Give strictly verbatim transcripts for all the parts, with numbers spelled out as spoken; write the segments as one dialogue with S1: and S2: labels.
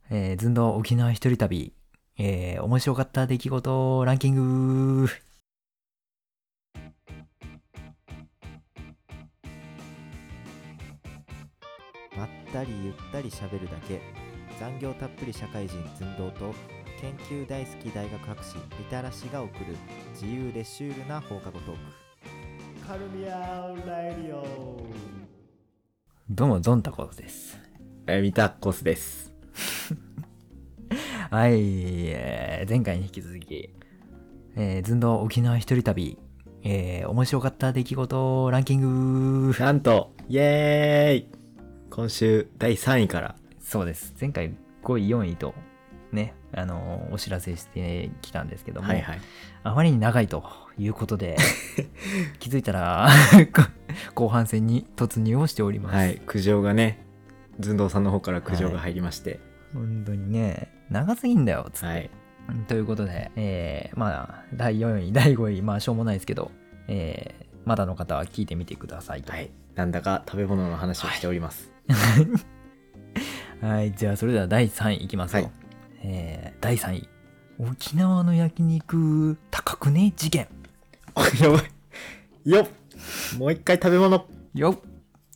S1: えー、ずんど沖縄一人旅、えー、面白かった出来事ランキング。
S2: まったりゆったり喋るだけ、残業たっぷり社会人寸胴と研究大好き大学博士みたらしが送る自由でシュールな放課後トーク、カルミアラディオ。
S1: どうもドンタコスです。
S3: えー、ミタコスです。
S1: はい、えー、前回に引き続き、えー、ずんど沖縄一人旅、えー、面白かった出来事ランキング。
S3: なんとイエーイ、今週だいさんいから。
S1: そうです。前回ごいよんいとね、あのー、お知らせしてきたんですけども、
S3: はいはい、
S1: あまりに長いということで気づいたら後半戦に突入をしております。
S3: はい、苦情がね、寸胴さんの方から苦情が入りまして、はい、
S1: 本当にね長すぎんだよつって、
S3: はい、
S1: ということで、えー、まあだいよんいだいごい、まあしょうもないですけど、えー、まだの方は聞いてみてくださいと。
S3: はい、なんだか食べ物の話をしております。
S1: はい、はい、じゃあそれではだいさんいいきますよ。はい、えー、だいさんい、沖縄の焼肉高くね事件。
S3: やばいよっ、もう一回食べ物
S1: よっ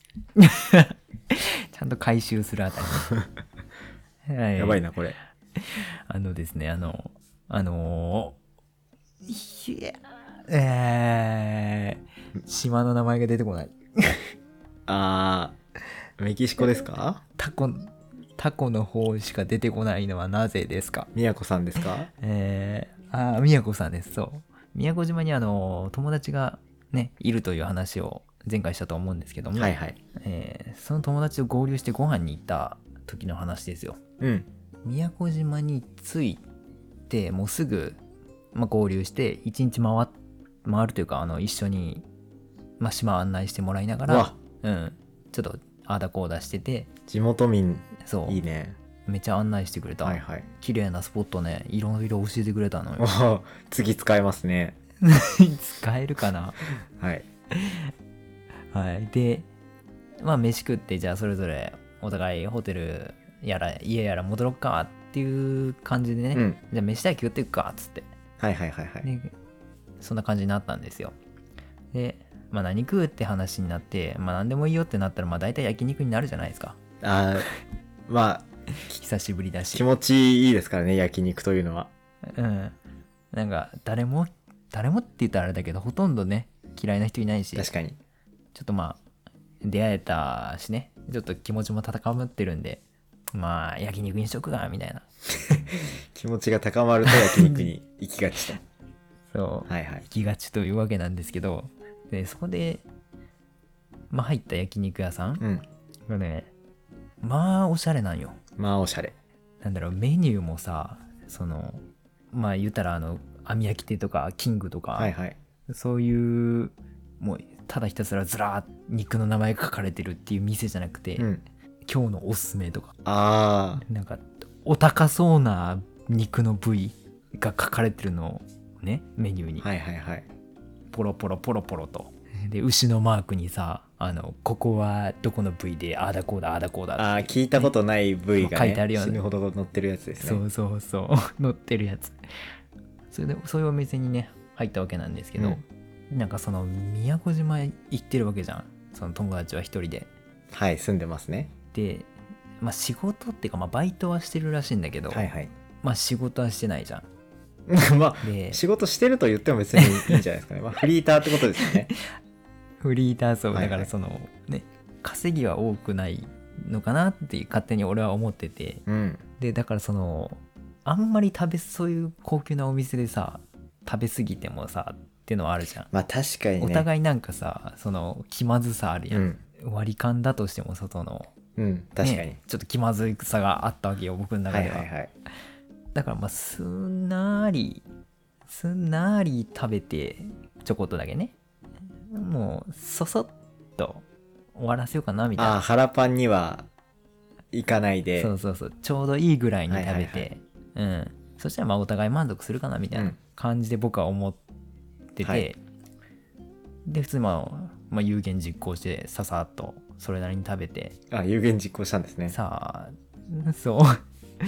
S1: ちゃんと回収するあたり、はい、
S3: やばいなこれ。
S1: あのですねあのあのー、いやえー、島の名前が出てこない
S3: あー、メキシコですか？
S1: タコタコの方しか出てこないのはなぜですか？
S3: 宮古さんですか？
S1: えー、あー、宮古さんです。そう、宮古島にあの友達がねいるという話を前回したと思うんですけども、
S3: はいはい、
S1: えー、その友達と合流してご飯に行った時の話ですよ。
S3: うん。
S1: 宮古島に着いてもうすぐ、まあ、合流して一日回回るというか、あの一緒に、まあ、島案内してもらいながら、うん、ちょっとあーだこーだしてて、
S3: 地元民、
S1: そう
S3: いいね、
S1: めっちゃ案内してくれた、
S3: はいはい、
S1: 綺麗なスポットね、いろいろ教えてくれたのよ。
S3: 次使えますね
S1: 使えるかな
S3: はい
S1: はい。でまあ飯食って、じゃあそれぞれお互いホテルやら家やら戻ろっかっていう感じでね、うん、じゃあ飯代食っていくかっつって、
S3: はいはいはいはい、
S1: でそんな感じになったんですよ。でまあ何食うって話になって、まあ何でもいいよってなったら、まあ大体焼肉になるじゃないですか。
S3: あー、まあ
S1: 久しぶりだし
S3: 気持ちいいですからね、焼肉というのは。
S1: うん、なんか誰も誰もって言ったらあれだけど、ほとんどね嫌いな人いないし、
S3: 確かに
S1: ちょっとまあ出会えたしね、ちょっと気持ちも高まってるんで、まあ焼肉にしとくかみたいな
S3: 気持ちが高まると焼肉に行きがちと
S1: そう、
S3: はいはい、
S1: 行きがちというわけなんですけど、でそこでまあ入った焼肉屋さん、うん、がね、まあおしゃれなんよ。
S3: まあおしゃれ
S1: なんだろう、メニューもさ、そのまあ言ったらあの網焼き亭とかキングとか、はいはい、そういうもうただひたすらずらー肉の名前が書かれてるっていう店じゃなくて、うん、今日のおすすめとか、あー、なんかお高そうな肉の部位が書かれてるのをね、メニューに、はいはいはい、ポロポロポロポロと、で牛のマークにさ、あのここはどこの部位であーだこうだあーだこうだって、
S3: あー、聞いたことない部位が、ね、
S1: 書いてあるよね。
S3: 死ぬほど載ってるやつですね。
S1: そうそうそう載ってるやつ。それでそういうお店にね入ったわけなんですけど、うん、なんかその宮古島へ行ってるわけじゃん、その友達は一人で。
S3: はい、住んでますね。
S1: で、まあ仕事っていうか、まあバイトはしてるらしいんだけど、はいはい、まあ仕事はしてないじゃん
S3: まあで仕事してると言っても別にいいんじゃないですかね。まあフリーターってことですよね。
S1: フリーター、そう、だからその、はいはい、ね、稼ぎは多くないのかなっていう勝手に俺は思ってて、うん、でだからそのあんまり食べそういう高級なお店でさ食べ過ぎてもさっていうのはあるじゃん。
S3: まあ確かにね、
S1: お互いなんかさ、その気まずさあるやん、うん、割り勘だとしても外の、
S3: うん、確かに、
S1: ね、ちょっと気まずさがあったわけよ僕の中では、はいはいはい、だからまあすんなりすんなり食べてちょこっとだけね、もうそそっと終わらせようかなみたいな。
S3: ああ、腹パンにはいかないで、
S1: そうそうそう、ちょうどいいぐらいに食べて、はいはいはい、うん、そしたらまあお互い満足するかなみたいな感じで僕は思ってて、うん、はい、で普通にまあ、まあ、有言実行してささっとそれなりに食べて、
S3: あ、有言実行したんですね。
S1: さあそう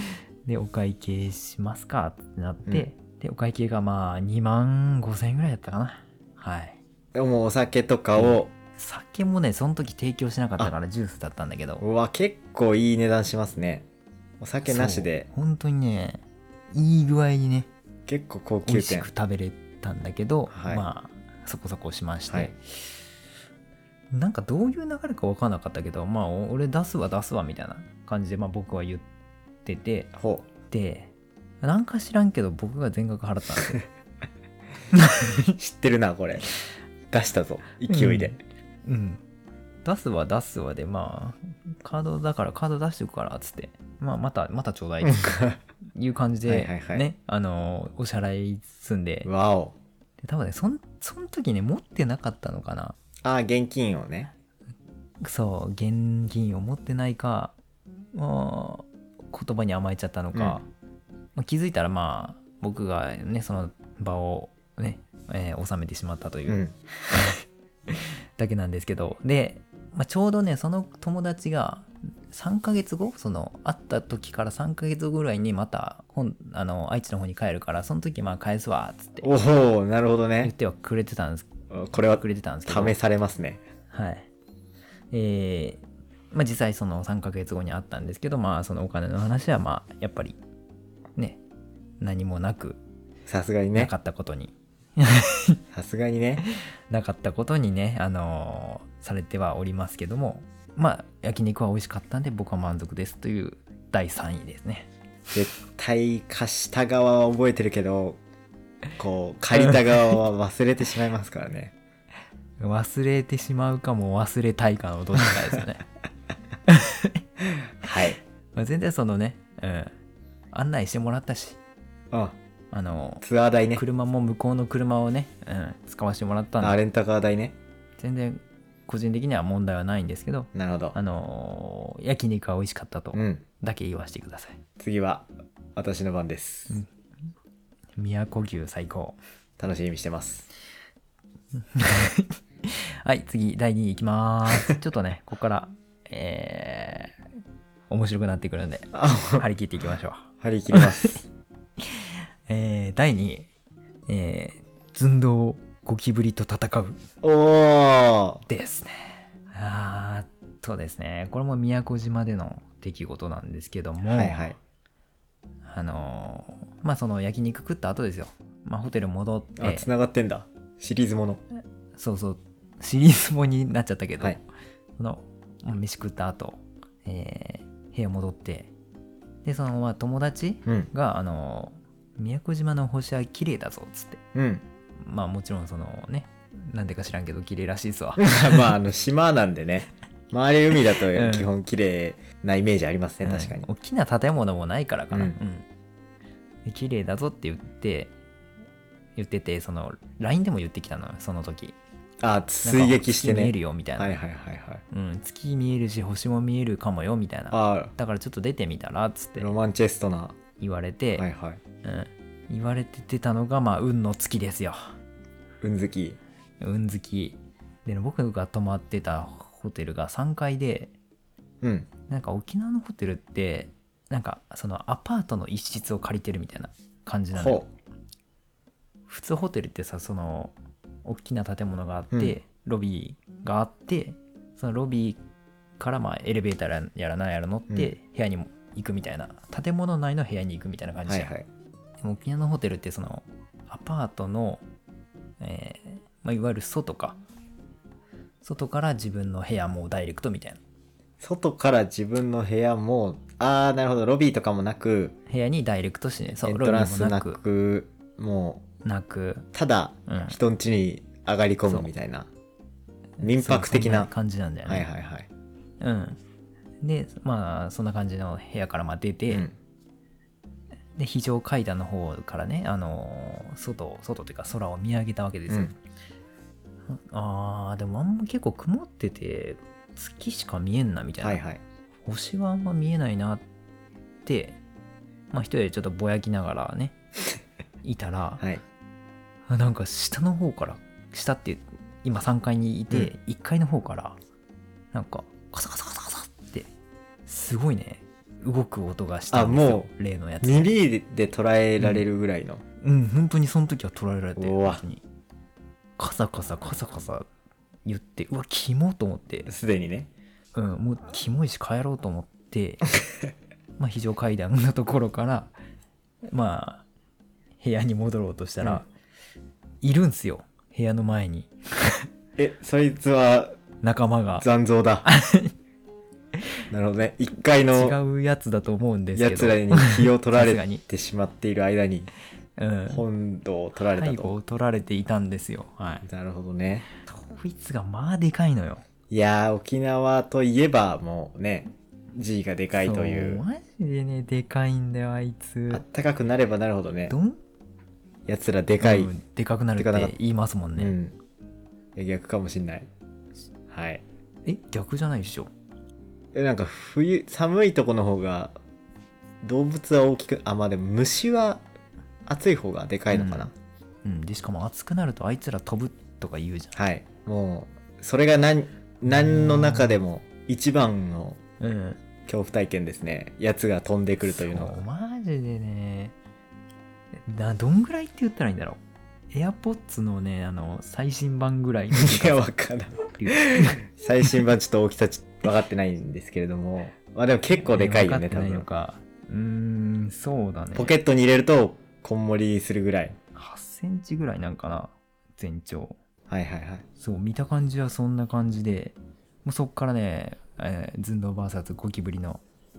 S1: でお会計しますかってなって、うん、でお会計がまあにまんごせん円ぐらいだったかな。はい。
S3: でもお酒とかを、
S1: 酒もねその時提供しなかったからジュースだったんだけど、
S3: うわ結構いい値段しますね。お酒なしで
S1: 本当にねいい具合にね
S3: 結構高級店
S1: 美味しく食べれたんだけど、
S3: はい、
S1: まあそこそこしまして、はい、なんかどういう流れか分からなかったけど、まあ俺出すわ出すわみたいな感じで、まあ、僕は言ってて、
S3: ほう
S1: でなんか知らんけど僕が全額払ったんですよ
S3: 知ってるなこれ。出したぞ勢いで、
S1: うん、うん、出すわ出すわで、まあカードだからカード出しておくからっつって、まあまたまたちょうだいっていう感じでねはいはい、はい、あのお支払い済んで、
S3: わお。
S1: で多分ねそんその時ね持ってなかったのかな。
S3: ああ現金をね。
S1: そう現金を持ってないか、まあ、言葉に甘えちゃったのか、うんまあ、気づいたらまあ僕がねその場をね、えー、収めてしまったという、うん、だけなんですけど、で、まあ、ちょうどねその友達がさんかげつご、その会った時からさんかげつごぐらいにまた本あの愛知の方に帰るから、その時まあ返すわっつって
S3: おおなるほどね
S1: 言ってはくれてたんです。
S3: これは
S1: くれてたんですけど
S3: 試されますね。
S1: はいえーまあ、実際そのさんかげつごにあったんですけど、まあそのお金の話はまあやっぱりね何もなく、
S3: さすがにね
S1: なかったことに
S3: さすがにね
S1: なかったことにねあのー、されてはおりますけども、まあ焼肉は美味しかったんで僕は満足ですというだいさんいですね。
S3: 絶対貸した側は覚えてるけどこう借りた側は忘れてしまいますからね
S1: 忘れてしまうかも忘れたいかのどっちかですよね
S3: はい、
S1: まあ、全然そのね、うん、案内してもらったし、
S3: あ
S1: あの
S3: ツアー代ね、
S1: 車も向こうの車をね、うん、使わせてもらったんで、
S3: あレンタカー代ね、
S1: 全然個人的には問題はないんですけど、
S3: なるほど、
S1: あのー、焼肉は美味しかったとだけ言わせてください、うん、
S3: 次は私の番です、うん、
S1: 宮古牛最高、
S3: 楽しみにしてます
S1: はい次だいにいいきますちょっとねここからえー、面白くなってくるんで張り切っていきましょう
S3: 張り切ります
S1: えー、だいにい、えー、寸胴ゴキブリと戦う
S3: おー
S1: ですね。あーっとですねこれも宮古島での出来事なんですけども、
S3: はいはい、
S1: あのー、まあその焼肉食った後ですよ、まあ、ホテル戻って、
S3: あ繋がってんだ、シリーズもの、
S1: そうそうシリーズもになっちゃったけど、はい、その飯食った後、えー、部屋戻って、でそのまあ友達が、うん、あの宮古島の星は綺麗だぞっつって、
S3: うん、
S1: まあもちろんそのねなんでか知らんけど綺麗らしいっすわ
S3: まああの島なんでね周り海だと基本綺麗なイメージありますね、うん、確かに、
S1: 大きな建物もないからかな、うんうん、綺麗だぞって言って言ってて、その ライン でも言ってきたのよその時。
S3: あ追撃してね、
S1: 月見えるよみたいな、
S3: はいはいはいはい、
S1: うん、月見えるし星も見えるかもよみたいな、あだからちょっと出てみたらっつって
S3: ロマンチェストな
S1: 言われて、
S3: はいはい、
S1: うん、言われててたのがまあ運の月ですよ。
S3: 運好き
S1: 運好きで、ね、僕が泊まってたホテルがさんがいで、
S3: うん、
S1: なんか沖縄のホテルってなんかそのアパートの一室を借りてるみたいな感じなの。普通ホテルってさその大きな建物があって、うん、ロビーがあって、そのロビーからまあエレベーターやらなんやら乗って部屋にも行くみたいな、うん、建物内の部屋に行くみたいな感じで、はいはい、でも沖縄のホテルってそのアパートの、えーまあ、いわゆる外か外から自分の部屋もダイレクトみたいな、
S3: 外から自分の部屋もあーなるほど、ロビーとかもなく
S1: 部屋にダイレクトして、ね、
S3: そうエントランスなくもう
S1: なく
S3: ただ、うん、人ん家に上がり込むみたいな民泊的な
S1: 感じなんだよね。
S3: はいはいはい。
S1: うん。でまあそんな感じの部屋からまあ出て、うん、で非常階段の方からね、あのー、外外というか空を見上げたわけですよ。うん、あーでもあんま結構曇ってて月しか見えんなみたいな、はいはい、星はあんま見えないなってまあ一人でちょっとぼやきながらねいたら、はい、なんか下の方から下って今さんがいにいて、うん、いっかいの方からなんかカサカサカサカサってすごいね動く音がしたんですよ、例のやつ。
S3: 耳で捉えられるぐらいの。
S1: うん、うん、本当にその時は捉えられて、
S3: うわ
S1: 本当にカサカサカサカサ言って、うわキモと思って、
S3: すでにね。
S1: うん、もうキモいし帰ろうと思ってまあ非常階段のところからまあ部屋に戻ろうとしたら、うん、いるんすよ、部屋の前に
S3: え、そいつは
S1: 仲間が
S3: 残像だなるほどね。一回の
S1: 違うやつだと思うんですけど、
S3: やつらに気を取られてしまっている間に
S1: うん、
S3: 本土を取られたと。
S1: 背後を取られていたんですよ。はい。
S3: なるほどね。
S1: こいつがまあでかいのよ。
S3: いやー、沖縄といえばもうね、G がでかいという。
S1: そうマジでね、でかいんだよあいつ。
S3: あったかくなればなるほどね。
S1: どん
S3: やつらでかい、
S1: うん、でかくなるって言いますもんね。
S3: うん、逆かもしんない。はい。
S1: え、逆じゃないでしょ。
S3: え、なんか冬寒いとこの方が動物は大きく、あ、まあでも虫は暑い方がでかいのかな。
S1: うん、うん、でしかも暑くなるとあいつら飛ぶとか言うじゃん。
S3: はい。もうそれが何何の中でも一番の恐怖体験ですね。やつが飛んでくるというのは。
S1: マジでね。などんぐらいって言ったらいいんだろう。AirPods のね、あの最新版ぐらい。
S3: いや、わからん。最新版ちょっと大きさち分かってないんですけれども、まあでも結構でかいよね、多分。
S1: うーん、そうだね。
S3: ポケットに入れるとこんもりするぐらい。
S1: はちセンチぐらいなんかな、全長。
S3: はいはいはい。
S1: そう、見た感じはそんな感じで、もうそっからね、えー、寸胴 ブイエス ゴキブリの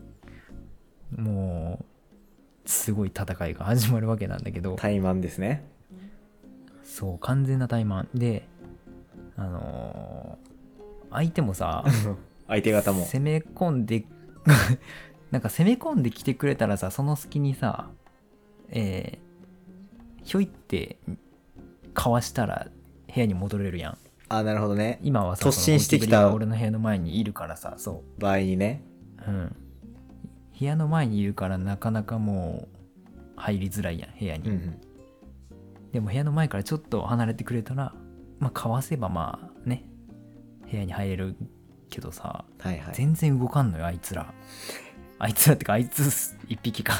S1: もうすごい戦いが始まるわけなんだけど。
S3: 怠慢ですね。
S1: そう、完全な怠慢で、あのー、相手もさ
S3: 相手方も
S1: 攻め込んでなんか攻め込んできてくれたらさ、その隙にさ、えー、ひょいってかわしたら部屋に戻れるやん。
S3: あ、なるほどね。
S1: 今はさ、
S3: 突進してきた
S1: 俺の部屋の前にいるからさ、そう
S3: 場合にね、
S1: うん、部屋の前にいるからなかなかもう入りづらいやん、部屋に、うんうん、でも部屋の前からちょっと離れてくれたら、まあかわせばまあね、部屋に入れるけどさ、
S3: はいはい、
S1: 全然動かんのよあいつら。あいつらってかあいつ一匹か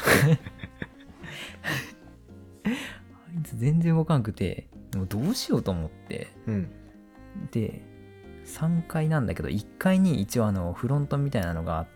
S1: あいつ全然動かんくて、でもどうしようと思って、うん、でさんがいなんだけどいっかいに一応あのフロントみたいなのがあって、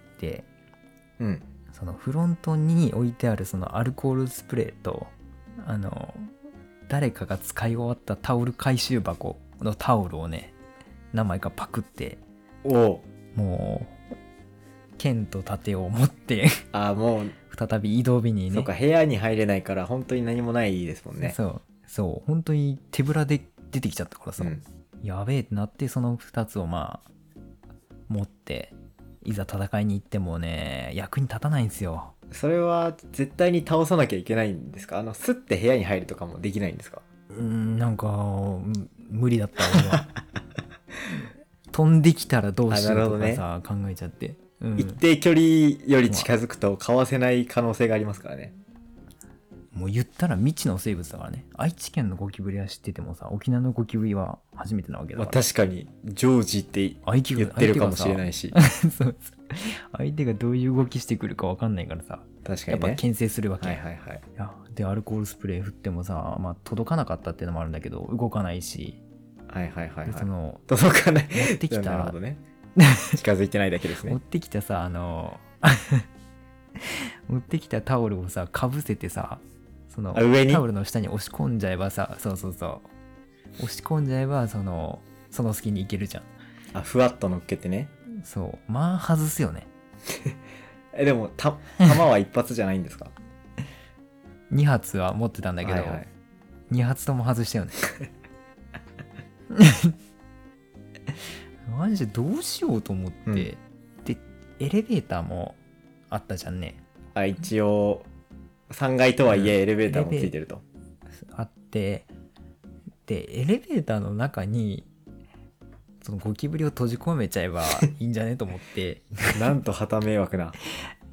S1: うん、そのフロントに置いてあるそのアルコールスプレーと、あの誰かが使い終わったタオル回収箱のタオルをね何枚かパクって、
S3: お
S1: もう剣と盾を持って
S3: あ、もう
S1: 再び移動日にね、
S3: そうか、部屋に入れないから本当に何もないですもんね。
S1: そうそう、本当に手ぶらで出てきちゃったからさ、うん、やべえってなって、そのふたつをまあ持っていざ戦いに行ってもね役に立たないんですよ。
S3: それは絶対に倒さなきゃいけないんですか？あのスッて部屋に入るとかもできないんですか？
S1: うーん、なんか無理だった俺は飛んできたらどうしようとかさ、ね、考えちゃって、
S3: うん、一定距離より近づくとかわせない可能性がありますからね。
S1: もう言ったら未知の生物だからね。愛知県のゴキブリは知っててもさ、沖縄のゴキブリは初めてなわけだから、
S3: まあ、確かにジョージって言ってるかもしれないし
S1: そうそう、相手がどういう動きしてくるか分かんないからさ、
S3: 確かに、ね、
S1: やっぱ牽制するわけ、
S3: はいはいはい、
S1: いやでアルコールスプレー振ってもさ、まあ、届かなかったっていうのもあるんだけど動かないし、
S3: はいはいはい、はい、
S1: でその
S3: 届かない
S1: 持ってきた
S3: なるほどね近づいてないだけですね
S1: 持ってきたさ、あの持ってきたタオルをさかぶせてさ、そのタオルの下に押し込んじゃえばさ、そうそうそう押し込んじゃえばそのその隙にいけるじゃん。
S3: あ、ふわっと乗っけてね。
S1: そう、まあ外すよね
S3: え、でもた弾は一発じゃないんですか？
S1: に発は持ってたんだけど、はいはい、に発とも外したよねマジでどうしようと思って、うん、でエレベーターもあったじゃんね。
S3: あ、一応さんがいとはいえエレベーターもついてると、
S1: うん、あって、でエレベーターの中にそのゴキブリを閉じ込めちゃえばいいんじゃねと思って
S3: なんと旗迷惑な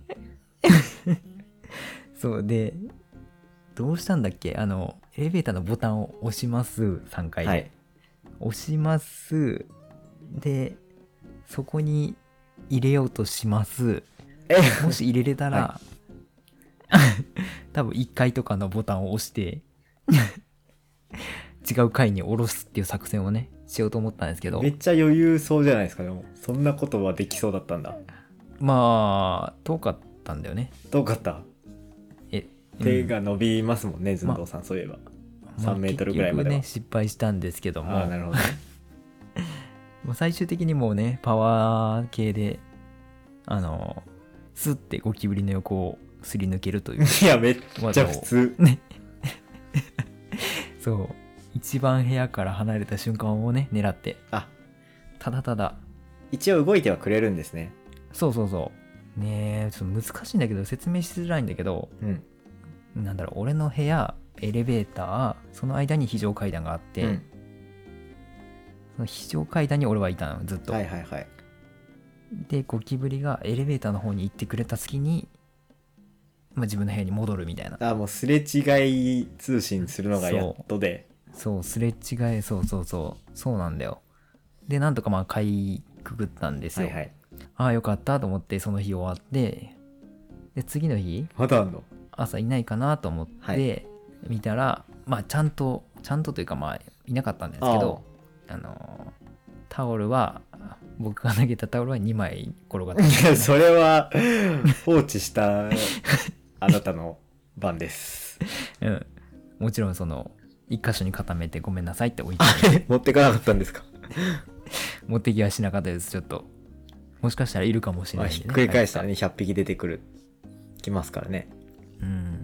S1: そうでどうしたんだっけ、あのエレベーターのボタンを押しますさんかいで、はい、押します。でそこに入れようとします。
S3: え
S1: もし入れれたら、はい、多分いっかいとかのボタンを押して違う階に下ろすっていう作戦をねしようと思ったんですけど、
S3: めっちゃ余裕そうじゃないですか。でもそんなことはできそうだったんだ。
S1: まあ遠かったんだよね。
S3: 遠かった。
S1: え
S3: 手が伸びますもんね、寸胴さん、そういえばさんメートルぐらいまでは、
S1: まあ、結局ね失敗したんですけども。
S3: あ、なるほどね
S1: 最終的にもうねパワー系であのスッてゴキブリの横をすり抜けるという
S3: いやめっちゃ普通
S1: ねそう一番部屋から離れた瞬間をね狙って、
S3: あ、
S1: ただただ
S3: 一応動いてはくれるんですね。
S1: そうそうそうねえ、ちょっと難しいんだけど説明しづらいんだけど、うん、なんだろう、俺の部屋エレベーターその間に非常階段があって、うん、その非常階段に俺はいたのずっと。
S3: はいはいはい。
S1: でゴキブリがエレベーターの方に行ってくれた隙に、まあ、自分の部屋に戻るみたいな。
S3: あ、もうすれ違い通信するのがやっとで。
S1: そう、そうすれ違い、そうそうそうそうなんだよ。でなんとかまあかいくぐったんですよ。はいはい。ああよかったと思ってその日終わって、で次の日
S3: まだあんの？
S1: 朝いないかなと思って見たら、はい、まあちゃんとちゃんとというかまあいなかったんですけど、あ、あのタオルは僕が投げたタオルはにまい転がって
S3: いやそれは放置したあなたの番です。
S1: うん、もちろんその一箇所に固めてごめんなさいって置い
S3: て持ってかなかったんですか？
S1: 持ってきはしなかったです。ちょっともしかしたらいるかもしれないんで、ね、
S3: ひっくり返したらねひゃっぴき出てくるきますからね。
S1: うん、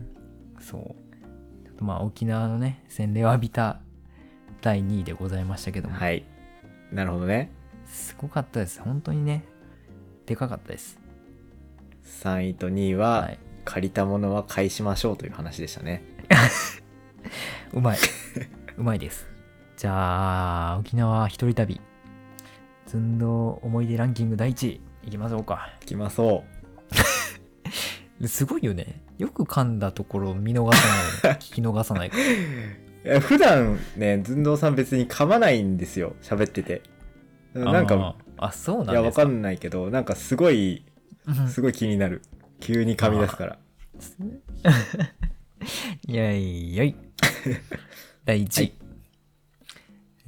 S1: そうちょっとまあ沖縄のね洗礼を浴びただいにいでございましたけども、
S3: はい、なるほどね。
S1: すごかったです本当にね、でかかったです。
S3: さんいとにいは、はい、借りたものは返しましょうという話でしたね。
S1: うまいうまいです。じゃあ沖縄一人旅寸胴思い出ランキングだいいちいいきましょうか。
S3: いきましょ
S1: うすごいよね、よく噛んだところ見逃さない聞き逃さないから。い
S3: や普段ね寸胴さん別に噛まないんですよ喋ってて。なんか
S1: あ, あそうなんですか。
S3: いやわかんないけどなんかすごいすごい気になる急に噛み出すから
S1: いやいやいだいいちい、はい、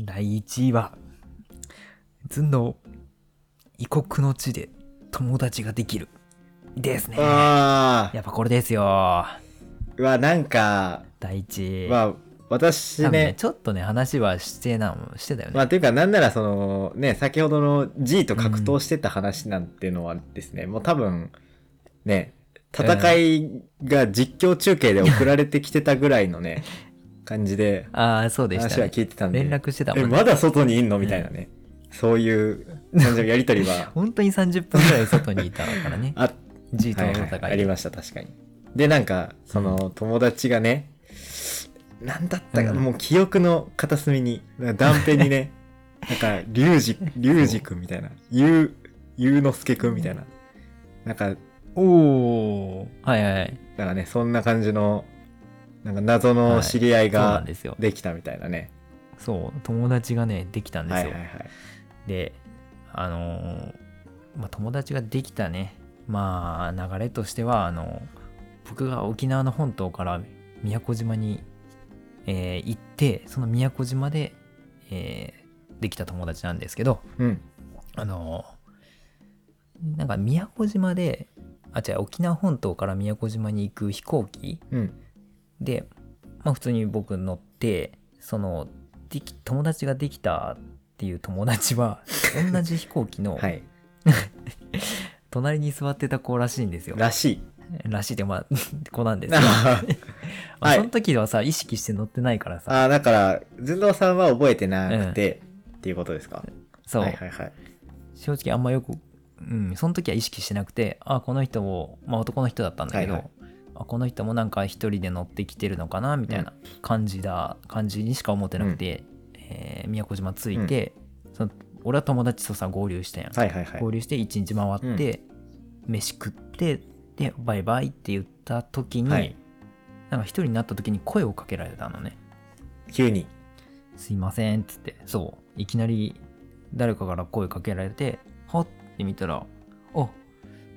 S1: だいいちいは寸胴異国の地で友達ができるですね。あやっぱこれですよ。
S3: うわなんか
S1: だいいちい
S3: まあ私 ね, ね
S1: ちょっとね話はしてなしてたよね。
S3: まあというかなんならそのね先ほどの G と格闘してた話なんてのはですね、うん、もう多分ね戦いが実況中継で送られてきてたぐらいのね、うん、感じで
S1: ああそうでした、ね、
S3: 話は聞いてたんで
S1: 連絡してたもんね。
S3: えまだ外にいんのみたいなね、うん、そういう感じのやりとりは
S1: 本当にさんじゅっぷんぐらい外にいたからね。
S3: あ
S1: G との戦い、
S3: はいはい、ありました確かに。でなんかその友達がね、うん、なんだったか、うん、もう記憶の片隅に断片にねなんかリュウジリュウジくんみたいなゆうゆうのすけくんみたいななんか
S1: おおはいはい
S3: だからねそんな感じのなんか謎の知り合いができたみたいなね、
S1: はい、そうそう友達がねできたんですよ、
S3: はいはいはい、
S1: であのー、まあ友達ができたねまあ流れとしてはあの僕が沖縄の本島から宮古島に、えー、行ってその宮古島で、えー、できた友達なんですけど、
S3: うん、
S1: あのなんか宮古島であ違う沖縄本島から宮古島に行く飛行機、
S3: うん、
S1: で、まあ、普通に僕乗ってそのでき友達ができたっていう友達は同じ飛行機の、
S3: はい
S1: 隣に座ってた子らしいんですよ。
S3: らしい
S1: らしいってまあ子なんですよ。まあその時はさ意識して乗ってないからさ。
S3: ああだから寸胴さんは覚えてなくて、うん、っていうことですか。
S1: そう、
S3: はいはいはい、
S1: 正直あんまよく、うん、その時は意識してなくてあこの人もまあ男の人だったんだけど、はいはい、あこの人もなんか一人で乗ってきてるのかなみたいな感じだ、うん、感じにしか思ってなくて、うんえー、宮古島着いて、うん、その俺は友達とさ合流したやん、
S3: はいはいはい、
S1: 合流して一日回って、うん、飯食ってでバイバイって言った時に、はい、なんか一人になった時に声をかけられたのね
S3: 急に
S1: すいませんっつって。そういきなり誰かから声かけられてはって見たらあこ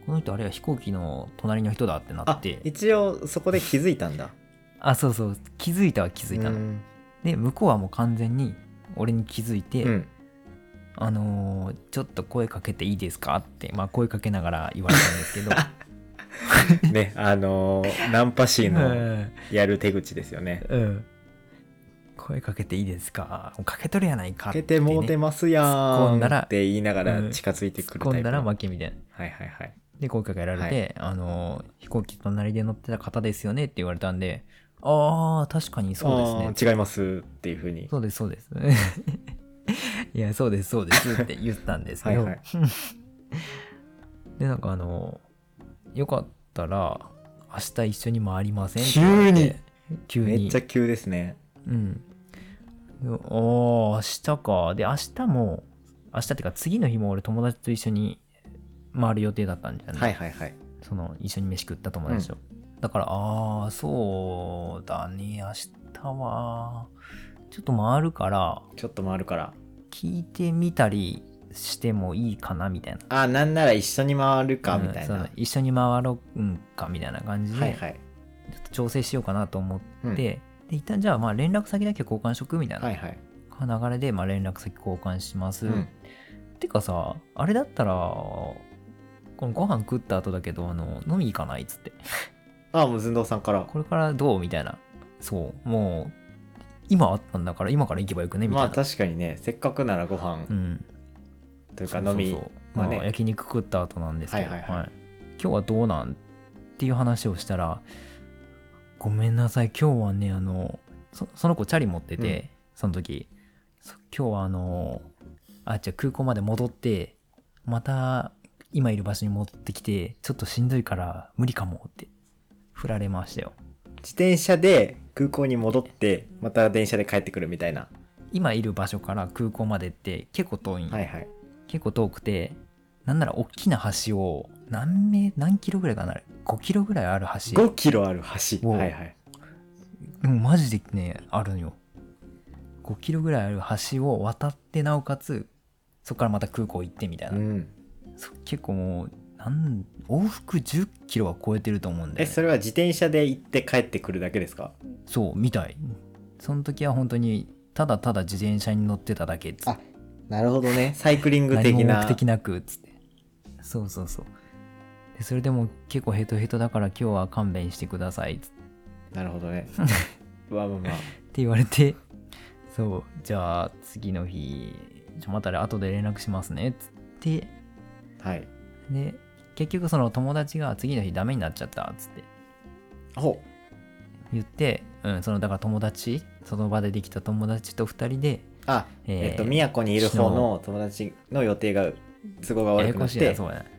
S1: この人あれは飛行機の隣の人だってな
S3: あ
S1: って
S3: 一応そこで気づいたんだ。
S1: あそうそう気づいたは気づいたの、
S3: うん、
S1: で向こうはもう完全に俺に気づいて、
S3: うん、
S1: あのー、ちょっと声かけていいですかって、まあ、声かけながら言われたんですけど
S3: ねあのー、ナンパシーのやる手口ですよね。
S1: うん、声かけていいですかもうかけとるやないか
S3: かけ
S1: って、ね、
S3: てもうてますや
S1: 突っ込んだら
S3: んって言いながら近づいてくるタイプ、
S1: 突っ込んだら負けみたいな。
S3: はいはいはい。
S1: で声かけられて、はい、あの飛行機隣で乗ってた方ですよねって言われたんで、ああ確かにそうですね、
S3: 違いますっていう風に、
S1: そうですそうですいやそうですそうですって言ったんですけどはい、はい、でなんかあのよかったら明日一緒に回りませんって言われて、
S3: 急にめっちゃ急ですね。
S1: うんおー明日か。で明日も明日っていうか次の日も俺友達と一緒に回る予定だったんじゃない、
S3: はいはいはい、
S1: その一緒に飯食った友達と、うん、だからああそうだね明日はちょっと回るから
S3: ちょっと回るから
S1: 聞いてみたりしてもいいかなみたいな。
S3: あなんなら一緒に回るかみたいな、うん、
S1: 一緒に回ろうんかみたいな感じで、
S3: はいはい、
S1: ちょっと調整しようかなと思って、うん、で一旦じゃあまあ連絡先だけ交換しとくみたいな、はいはい、流れでまあ連絡先交換します、うん、てかさあれだったらこのご飯食った後だけどあの飲み行かないっつって
S3: ああもう寸胴さんから
S1: これからどうみたいな。そうもう今あったんだから今から行けばよくねみたいな。
S3: まあ確かにねせっかくならご飯、うん、というか飲みそうそうそう、
S1: まあね、まあ、焼肉食った後なんですけど、はいはいはいはい、今日はどうなんっていう話をしたらごめんなさい今日はねあの そ, その子チャリ持ってて、うん、その時今日はあのあじゃあ空港まで戻ってまた今いる場所に戻ってきてちょっとしんどいから無理かもって振られましたよ。
S3: 自転車で空港に戻ってまた電車で帰ってくるみたいな。
S1: 今いる場所から空港までって結構遠いん、はいはい、結構遠くてなんなら大きな橋を何メ何キロぐらいかなごキロぐらいある橋
S3: ごキロある橋はいはい
S1: もうマジでねあるのよ。ごキロぐらいある橋を渡ってなおかつそこからまた空港行ってみたいな、うん、結構もうなん往復じゅっキロは超えてると思うんで、ね、
S3: えそれは自転車で行って帰ってくるだけですか？
S1: そうみたい。その時は本当にただただ自転車に乗ってただけっつって。
S3: あなるほどねサイクリング的な
S1: 何も目的なくっつってそうそうそうでそれでも結構ヘトヘトだから今日は勘弁してくださいっつって
S3: なるほどねわまあまあ
S1: って言われてそうじゃあ次の日ちょまた後で連絡しますねっつって
S3: はい
S1: で結局その友達が次の日ダメになっちゃったっつって
S3: ほ
S1: う言って、うん、そのだから友達その場でできた友達とふたりで
S3: あえっ、ー、と宮古にいる方の友達の予定が都合が悪くなって
S1: そうや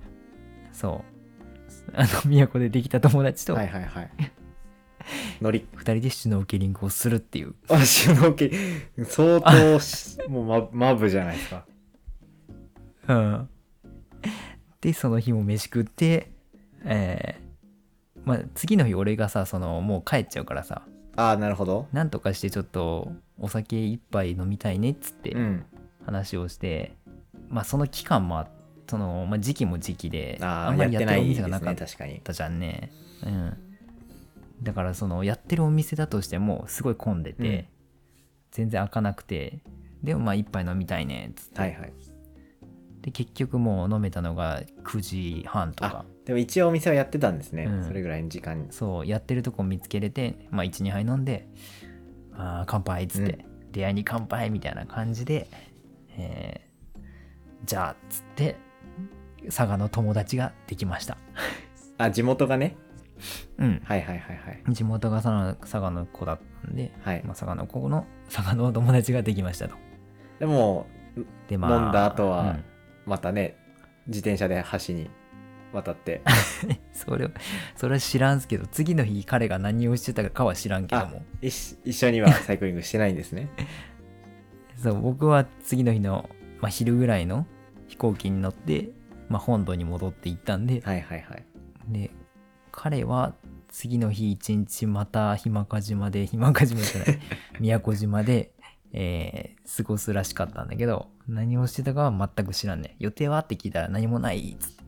S1: そうあの宮古でできた友達と
S3: はいはいはい乗り
S1: ふたりでシュノーケリングをするっていう
S3: あシュノーケリング相当もうマブじゃないですか。
S1: うんでその日も飯食ってえー、まあ次の日俺がさそのもう帰っちゃうからさ
S3: ああなるほど
S1: なんとかしてちょっとお酒一杯飲みたいねっつって話をして、うん、まあその期間もその、まあ、時期も時期で あ, あんまりやってるお店がなかったじゃんね。うんだからそのやってるお店だとしてもすごい混んでて、うん、全然開かなくてでもまあ一杯飲みたいねっつって、はいはい、で結局もう飲めたのがくじはんとか。
S3: でも一応お店はやってたんですね、うん、それぐらいの時間に
S1: そうやってるとこ見つけれてまあ いち,に 杯飲んであ乾杯っつって、うん、出会いに乾杯みたいな感じで、えー、じゃあっつって佐賀の友達ができました
S3: あ地元がね
S1: うん
S3: はいはいはいはい
S1: 地元が佐賀の、佐賀の子だったんで、はいまあ、佐賀の子の佐賀の友達ができましたと。
S3: でもで、まあ、飲んだ後はまたね、うん、自転車で橋に渡って
S1: それそれは知らんすけど次の日彼が何をしてたかは知らんけども
S3: 一緒にはサイクリングしてないんですね
S1: そう僕は次の日の、まあ、昼ぐらいの飛行機に乗って、まあ、本土に戻って行ったんで、
S3: はいはいはい、
S1: で彼は次の日一日また日間賀島で日間賀島じゃない宮古島で、えー、過ごすらしかったんだけど何をしてたかは全く知らんね。予定はって聞いたら何もないっつって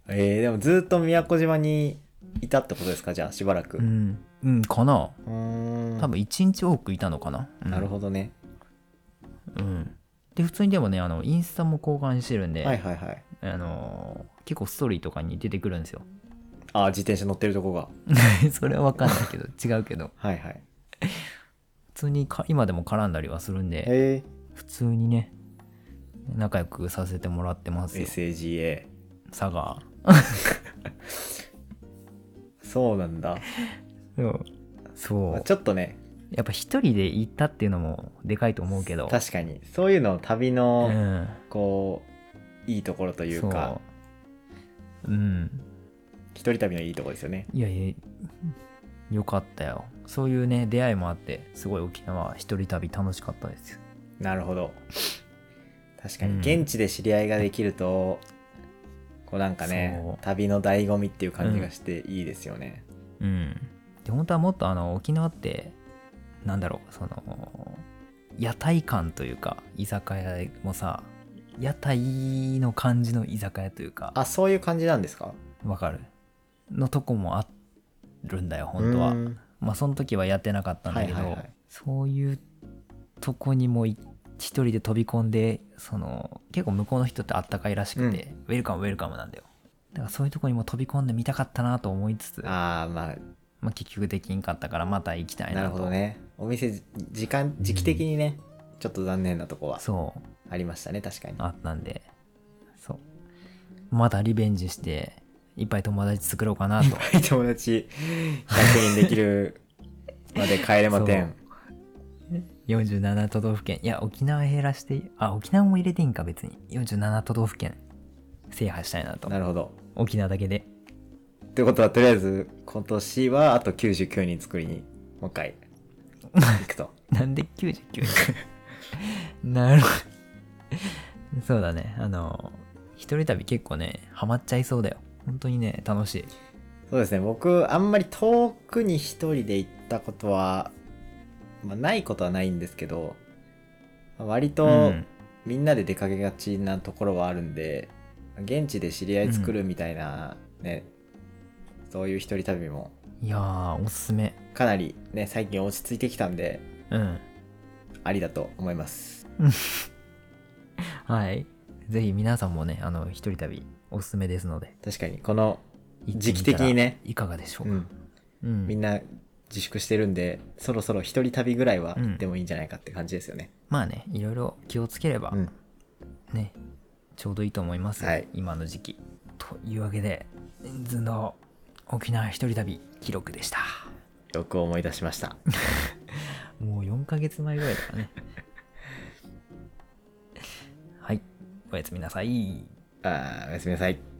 S3: えー、でもずっと宮古島にいたってことですか、じゃあしばらく。
S1: うん、うん、かな。
S3: うーん
S1: 多分いちにち多くいたのかな、うん、
S3: なるほどね。
S1: うんで普通にでもねあのインスタも交換してるんで、
S3: はいはいはい。
S1: あのー結構ストーリーとかに出てくるんですよ
S3: あ自転車乗ってるとこが。
S1: それは分かんないけど違うけど
S3: はいはい。
S1: 普通にか今でも絡んだりはするんで、
S3: へえ。
S1: 普通にね仲良くさせてもらってますよ
S3: エスエージーエ
S1: 佐賀
S3: ー。そうなんだ。
S1: そうそう、
S3: まあちょっとね、
S1: やっぱ一人で行ったっていうのもでかいと思うけど
S3: 確かにそういうの旅
S1: う
S3: の
S1: ん
S3: こういいところというか、
S1: そううん
S3: 一人旅のいいところですよね。
S1: いやいやよかったよそういうね出会いもあってすごい沖縄一人旅楽しかったですよ
S3: なるほど。確かに
S1: うん
S3: 現地で知り合いができると、こうなんかね
S1: そう
S3: 旅の醍醐味っていう感じがしていいですよね。
S1: うんで本当はもっとあの沖縄ってなんだろうその屋台感というか居酒屋もさ屋台の感じの居酒屋というか
S3: あそういう感じなんですか。
S1: わかるのとこもあるんだよ本当は。
S3: うーん
S1: まあその時はやってなかったんだけど、
S3: はいはいはい
S1: そういうとこにもい一人で飛び込んでその結構向こうの人ってあったかいらしくて、ウェルカムウェルカムなんだよ。だからそういうとこにも飛び込んでみたかったなと思いつつ
S3: ああまあ
S1: まあ、結局できんかったからまた行きたいなと。
S3: なるほどね。お店時間時期的にね、ちょっと残念なとこは
S1: そう
S3: ありましたね。確かに。
S1: あったんでそうまたリベンジしていっぱい友達作ろうかなと
S3: 友達ひゃくにんできるまで帰れまてん。
S1: よんじゅうなな都道府県いや沖縄減らしてあ沖縄も入れていいんか別によんじゅうなな都道府県制覇したいなと。
S3: なるほど。
S1: 沖縄だけで
S3: ということはとりあえず今年はあときゅうじゅうきゅうにん作りにもう一回行くと。
S1: なんできゅうじゅうきゅうにんなるほどそうだねあの一人旅結構ねハマっちゃいそうだよ本当にね楽しい。
S3: そうですね。僕あんまり遠くに一人で行ったことは、まあ、ないことはないんですけど、割と
S1: うん
S3: みんなで出かけがちなところはあるんで、現地で知り合い作るみたいなね、そういう一人旅も
S1: いやーおすすめ。
S3: かなりね最近落ち着いてきたんで
S1: うん
S3: ありだと思います。
S1: はいぜひ皆さんもねあの一人旅おすすめですので
S3: 確かにこの
S1: 行ってみたら
S3: 時期的にね、
S1: いかがでしょうか。
S3: うん、
S1: うん
S3: みんな自粛してるんでそろそろ一人旅ぐらいは行ってもいいんじゃないかって感じですよね。
S1: まあねいろいろ気をつければ
S3: うん
S1: ね、ちょうどいいと思いますよ、
S3: はい
S1: 今の時期というわけで図の沖縄一人旅記録でした。
S3: よく思い出しました。
S1: もうよんかげつまえぐらいだからねはいおやすみなさい。
S3: あーおやすみなさい。